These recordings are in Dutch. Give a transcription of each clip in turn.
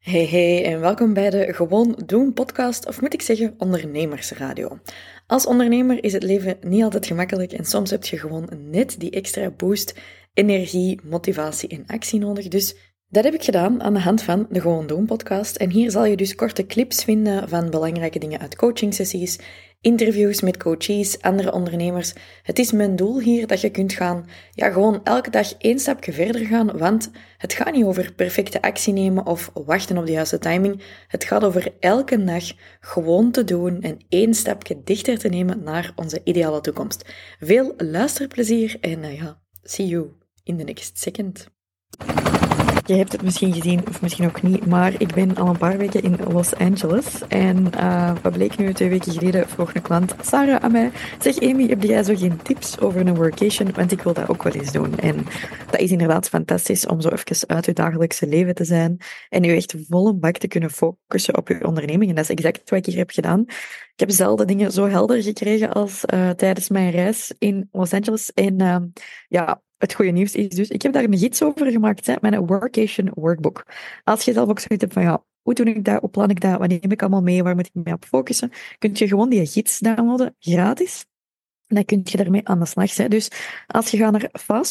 Hey en welkom bij de Gewoon Doen podcast, of moet ik zeggen ondernemersradio. Als ondernemer is het leven niet altijd gemakkelijk en soms heb je gewoon net die extra boost, energie, motivatie en actie nodig. Dus dat heb ik gedaan aan de hand van de Gewoon Doen podcast. En hier zal je dus korte clips vinden van belangrijke dingen uit coachingsessies, interviews met coaches, andere ondernemers. Het is mijn doel hier dat je kunt gaan, gewoon elke dag één stapje verder gaan, want het gaat niet over perfecte actie nemen of wachten op de juiste timing. Het gaat over elke dag gewoon te doen en één stapje dichter te nemen naar onze ideale toekomst. Veel luisterplezier en see you in the next second. Je hebt het misschien gezien, of misschien ook niet, maar ik ben al een paar weken in Los Angeles. En wat bleek nu, 2 weken geleden vroeg een klant, Sarah, aan mij, zeg Amy, heb jij zo geen tips over een workation? Want ik wil dat ook wel eens doen. En dat is inderdaad fantastisch om zo even uit je dagelijkse leven te zijn en je echt volle bak te kunnen focussen op je onderneming. En dat is exact wat ik hier heb gedaan. Ik heb zelden dingen zo helder gekregen als tijdens mijn reis in Los Angeles. En het goede nieuws is dus, ik heb daar een gids over gemaakt, mijn workation workbook. Als je zelf ook zoiets hebt van, hoe doe ik dat, hoe plan ik dat, wat neem ik allemaal mee, waar moet ik mee op focussen, kun je gewoon die gids downloaden, gratis. En dan kun je daarmee aan de slag zijn. Dus als je gaat naar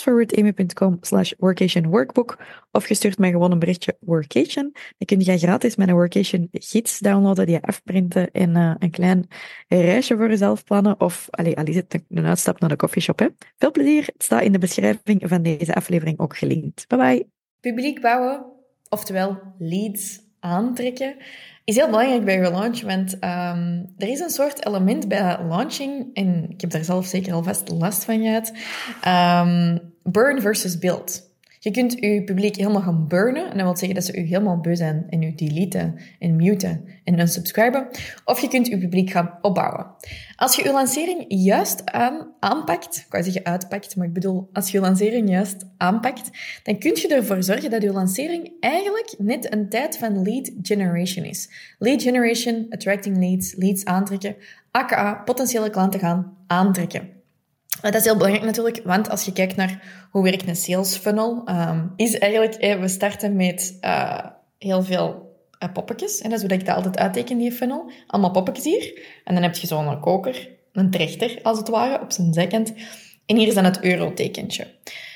fastforwardamy.com/workation-workbook of je stuurt mij gewoon een berichtje workation, dan kun je gratis mijn workation gids downloaden, die afprinten en een klein reisje voor jezelf plannen. Of, al is het een uitstap naar de coffeeshop. Hè. Veel plezier. Het staat in de beschrijving van deze aflevering ook gelinkt. Bye bye. Publiek bouwen, oftewel leads aantrekken, is heel belangrijk bij je launch, want er is een soort element bij launching, en ik heb daar zelf zeker alvast last van gehad, burn versus build. Je kunt je publiek helemaal gaan burnen, en dat wil zeggen dat ze u helemaal beu zijn en u deleten en muten en unsubscriben, of je kunt je publiek gaan opbouwen. Als je je lancering juist aanpakt, ik wou zeggen uitpakt, maar ik bedoel, als je je lancering juist aanpakt, dan kun je ervoor zorgen dat je lancering eigenlijk net een tijd van lead generation is. Lead generation, attracting leads, leads aantrekken, aka potentiële klanten gaan aantrekken. Dat is heel belangrijk natuurlijk, want als je kijkt naar hoe werkt een sales funnel, is eigenlijk, we starten met heel veel poppetjes. En dat is hoe ik dat altijd uitteken, die funnel. Allemaal poppetjes hier. En dan heb je zo'n koker, een trechter als het ware, op zijn zijkant. En hier is dan het eurotekentje.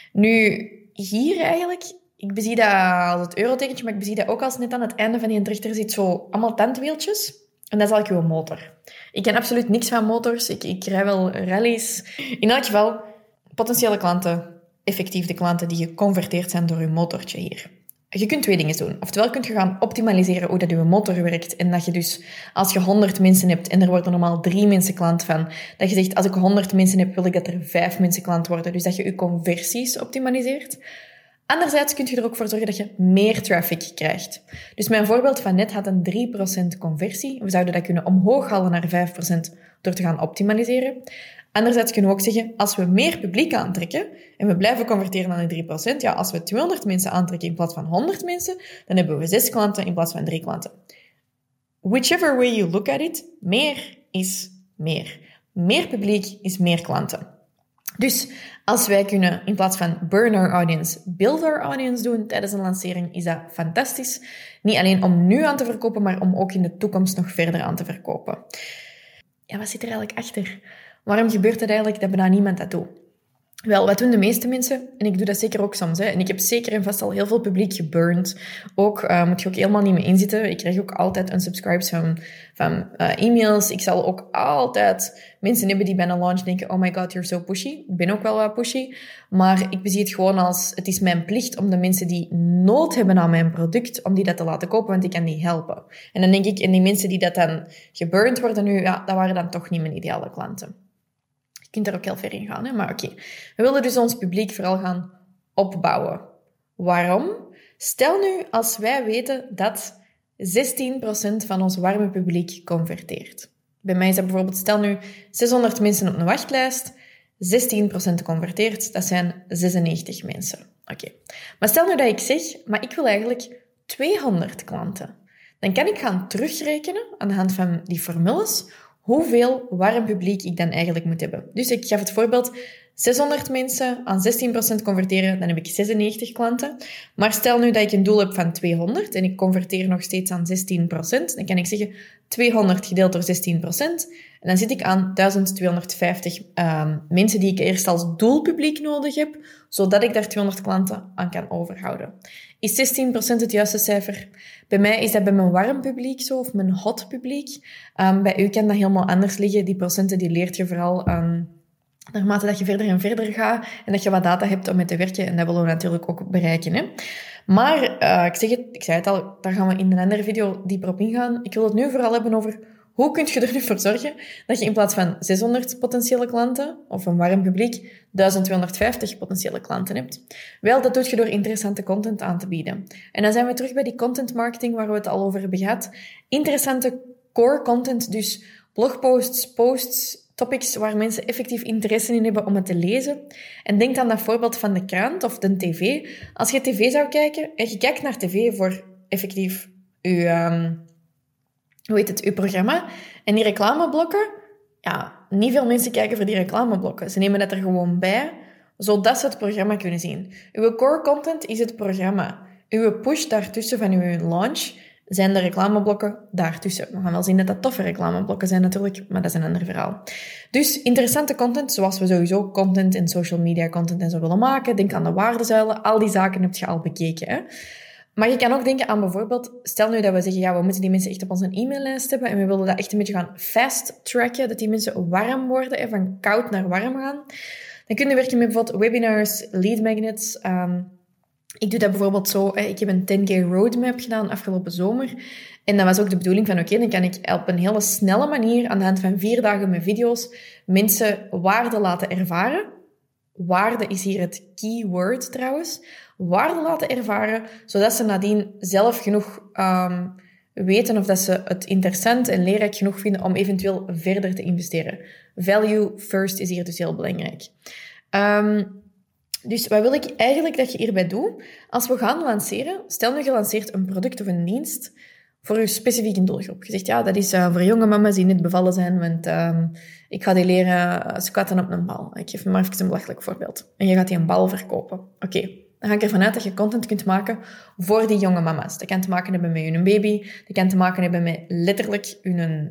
Nu, hier eigenlijk, ik bezie dat als het eurotekentje, maar ik bezie dat ook als net aan het einde van die trechter zit zo allemaal tandwieltjes. En dat is eigenlijk uw motor. Ik ken absoluut niks van motors. Ik rij wel rallies. In elk geval, potentiële klanten, effectief de klanten die geconverteerd zijn door uw motortje hier. Je kunt 2 dingen doen. Oftewel kunt je gaan optimaliseren hoe dat uw motor werkt. En dat je dus, als je 100 mensen hebt en er worden normaal 3 mensen klant van, dat je zegt, als ik 100 mensen heb, wil ik dat er 5 mensen klant worden. Dus dat je je conversies optimaliseert. Anderzijds kun je er ook voor zorgen dat je meer traffic krijgt. Dus mijn voorbeeld van net had een 3% conversie. We zouden dat kunnen omhoog halen naar 5% door te gaan optimaliseren. Anderzijds kunnen we ook zeggen, als we meer publiek aantrekken en we blijven converteren aan die 3%, als we 200 mensen aantrekken in plaats van 100 mensen, dan hebben we 6 klanten in plaats van 3 klanten. Whichever way you look at it, meer is meer. Meer publiek is meer klanten. Dus als wij kunnen in plaats van burn our audience, build our audience doen tijdens een lancering, is dat fantastisch. Niet alleen om nu aan te verkopen, maar om ook in de toekomst nog verder aan te verkopen. Ja, wat zit er eigenlijk achter? Waarom gebeurt het eigenlijk dat bijna niemand dat doet? Wel, wat doen de meeste mensen? En ik doe dat zeker ook soms. En ik heb zeker en vast al heel veel publiek geburned. Ook moet je ook helemaal niet mee inzitten. Ik krijg ook altijd unsubscribes van e-mails. Ik zal ook altijd mensen hebben die bij een launch denken, oh my god, you're so pushy. Ik ben ook wel wat pushy. Maar ik bezie het gewoon als, het is mijn plicht om de mensen die nood hebben aan mijn product, om die dat te laten kopen, want ik kan die helpen. En dan denk ik, en die mensen die dat dan geburned worden nu, dat waren dan toch niet mijn ideale klanten. Je kunt er ook heel ver in gaan, hè? Maar oké. We willen dus ons publiek vooral gaan opbouwen. Waarom? Stel nu, als wij weten dat 16% van ons warme publiek converteert. Bij mij is dat bijvoorbeeld, stel nu 600 mensen op een wachtlijst, 16% converteert, dat zijn 96 mensen. Oké. Maar stel nu dat ik zeg, maar ik wil eigenlijk 200 klanten. Dan kan ik gaan terugrekenen aan de hand van die formules hoeveel warm publiek ik dan eigenlijk moet hebben. Dus ik gaf het voorbeeld, 600 mensen aan 16% converteren, dan heb ik 96 klanten. Maar stel nu dat ik een doel heb van 200 en ik converteer nog steeds aan 16%, dan kan ik zeggen 200 gedeeld door 16%. En dan zit ik aan 1250 mensen die ik eerst als doelpubliek nodig heb, zodat ik daar 200 klanten aan kan overhouden. Is 16% het juiste cijfer? Bij mij is dat bij mijn warm publiek zo, of mijn hot publiek. Bij u kan dat helemaal anders liggen. Die procenten die leert je vooral naarmate dat je verder en verder gaat en dat je wat data hebt om mee te werken. En dat willen we natuurlijk ook bereiken. Hè? Maar ik zei het al, daar gaan we in een andere video dieper op ingaan. Ik wil het nu vooral hebben over hoe kun je er nu voor zorgen dat je in plaats van 600 potentiële klanten, of een warm publiek, 1250 potentiële klanten hebt. Wel, dat doe je door interessante content aan te bieden. En dan zijn we terug bij die content marketing waar we het al over hebben gehad. Interessante core content, dus blogposts, posts, topics waar mensen effectief interesse in hebben om het te lezen. En denk aan dat voorbeeld van de krant of de tv. Als je tv zou kijken en je kijkt naar tv voor effectief uw programma. En die reclameblokken, ja, niet veel mensen kijken voor die reclameblokken. Ze nemen dat er gewoon bij, zodat ze het programma kunnen zien. Uw core content is het programma. Uw push daartussen van uw launch zijn de reclameblokken daartussen. We gaan wel zien dat dat toffe reclameblokken zijn natuurlijk, maar dat is een ander verhaal. Dus interessante content, zoals we sowieso content en social media content en zo willen maken. Denk aan de waardezuilen. Al die zaken heb je al bekeken, hè. Maar je kan ook denken aan bijvoorbeeld, stel nu dat we zeggen, ja, we moeten die mensen echt op onze e-maillijst hebben en we willen dat echt een beetje gaan fast-tracken, dat die mensen warm worden en van koud naar warm gaan. Dan kun je werken met bijvoorbeeld webinars, lead magnets. Ik doe dat bijvoorbeeld zo, ik heb een 10K roadmap gedaan afgelopen zomer. En dat was ook de bedoeling van, dan kan ik op een hele snelle manier, aan de hand van 4 dagen met video's, mensen waarde laten ervaren. Waarde is hier het keyword trouwens. Waarde laten ervaren, zodat ze nadien zelf genoeg weten of dat ze het interessant en leerrijk genoeg vinden om eventueel verder te investeren. Value first is hier dus heel belangrijk. Dus wat wil ik eigenlijk dat je hierbij doet? Als we gaan lanceren, stel nu je lanceert een product of een dienst voor je specifieke doelgroep. Je zegt, ja, dat is voor jonge mama's die net bevallen zijn, want ik ga die leren squatten op een bal. Ik geef maar even een belachelijk voorbeeld. En je gaat die een bal verkopen. Oké. Dan ga ik ervan uit dat je content kunt maken voor die jonge mama's. Dat kan te maken hebben met hun baby. Dat kan te maken hebben met letterlijk hun,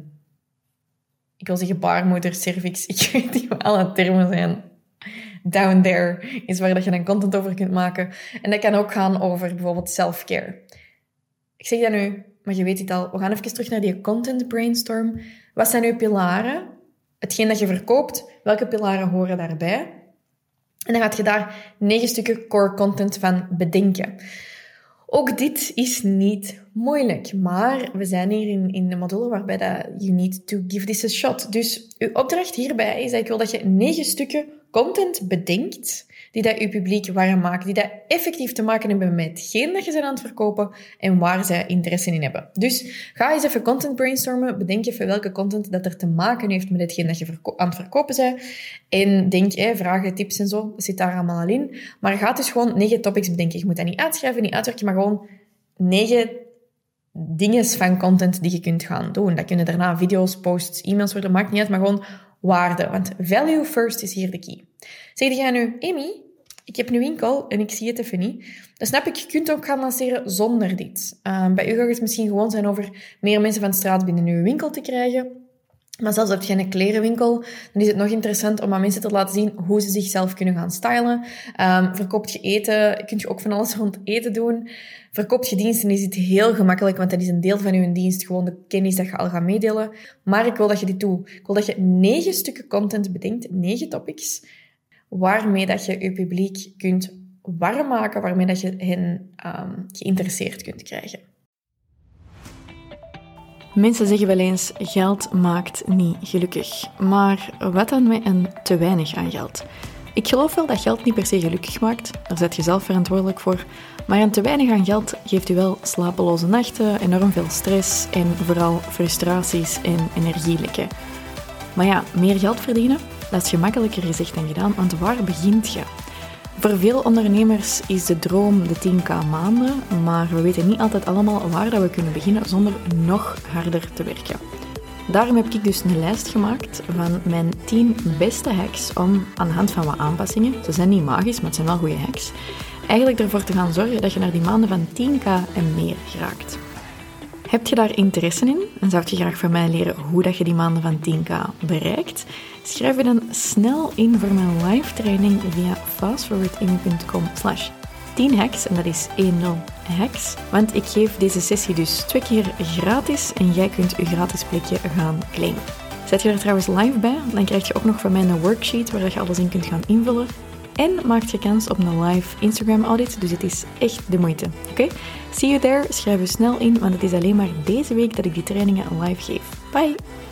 ik wil zeggen baarmoeder, cervix. Ik weet niet wat alle termen zijn. Down there is waar dat je dan content over kunt maken. En dat kan ook gaan over bijvoorbeeld self-care. Ik zeg dat nu, maar je weet het al. We gaan even terug naar die content brainstorm. Wat zijn uw pilaren? Hetgeen dat je verkoopt, welke pilaren horen daarbij? En dan gaat je daar 9 stukken core content van bedenken. Ook dit is niet moeilijk, maar we zijn hier in de module waarbij dat you need to give this a shot. Dus uw opdracht hierbij is dat ik wil dat je 9 stukken content bedenkt die dat uw publiek warm maken, die dat effectief te maken hebben met hetgeen dat je ze aan het verkopen en waar zij interesse in hebben. Dus ga eens even content brainstormen, bedenk even welke content dat er te maken heeft met hetgeen dat je aan het verkopen bent. En denk, vragen, tips en zo, dat zit daar allemaal al in. Maar ga dus gewoon 9 topics bedenken. Je moet dat niet uitschrijven, niet uitwerken, maar gewoon 9 dingen van content die je kunt gaan doen. Dat kunnen daarna video's, posts, e-mails worden, maakt niet uit, maar gewoon waarde. Want value first is hier de key. Zeg jij nu, Amy, ik heb nu winkel en ik zie het even niet. Dan snap ik, je kunt ook gaan lanceren zonder dit. Bij u gaat het misschien gewoon zijn over meer mensen van de straat binnen uw winkel te krijgen. Maar zelfs heb je een klerenwinkel, dan is het nog interessant om aan mensen te laten zien hoe ze zichzelf kunnen gaan stylen. Verkoopt je eten, kun je ook van alles rond eten doen. Verkoopt je diensten, is het heel gemakkelijk, want dat is een deel van je dienst, gewoon de kennis dat je al gaat meedelen. Maar ik wil dat je dit doet. Ik wil dat je 9 stukken content bedenkt, 9 topics, waarmee dat je je publiek kunt warm maken, waarmee dat je hen geïnteresseerd kunt krijgen. Mensen zeggen wel eens, geld maakt niet gelukkig. Maar wat dan met een te weinig aan geld? Ik geloof wel dat geld niet per se gelukkig maakt. Daar zet je zelf verantwoordelijk voor. Maar een te weinig aan geld geeft u wel slapeloze nachten, enorm veel stress en vooral frustraties en energielekken. Maar ja, meer geld verdienen, dat is gemakkelijker gezegd dan gedaan, want waar begint je? Voor veel ondernemers is de droom de 10k maanden, maar we weten niet altijd allemaal waar dat we kunnen beginnen zonder nog harder te werken. Daarom heb ik dus een lijst gemaakt van mijn 10 beste hacks om aan de hand van wat aanpassingen, ze zijn niet magisch, maar het zijn wel goede hacks, eigenlijk ervoor te gaan zorgen dat je naar die maanden van 10k en meer geraakt. Heb je daar interesse in en zou je graag van mij leren hoe dat je die maanden van 10k bereikt? Schrijf je dan snel in voor mijn live training via fastforwarding.com/10hacks en dat is 10 hacks. Want ik geef deze sessie dus 2 keer gratis en jij kunt je gratis plekje gaan claimen. Zet je er trouwens live bij, dan krijg je ook nog van mij een worksheet waar je alles in kunt gaan invullen. En maakt je kans op een live Instagram audit, dus het is echt de moeite. Oké? See you there, schrijf je snel in, want het is alleen maar deze week dat ik die trainingen live geef. Bye!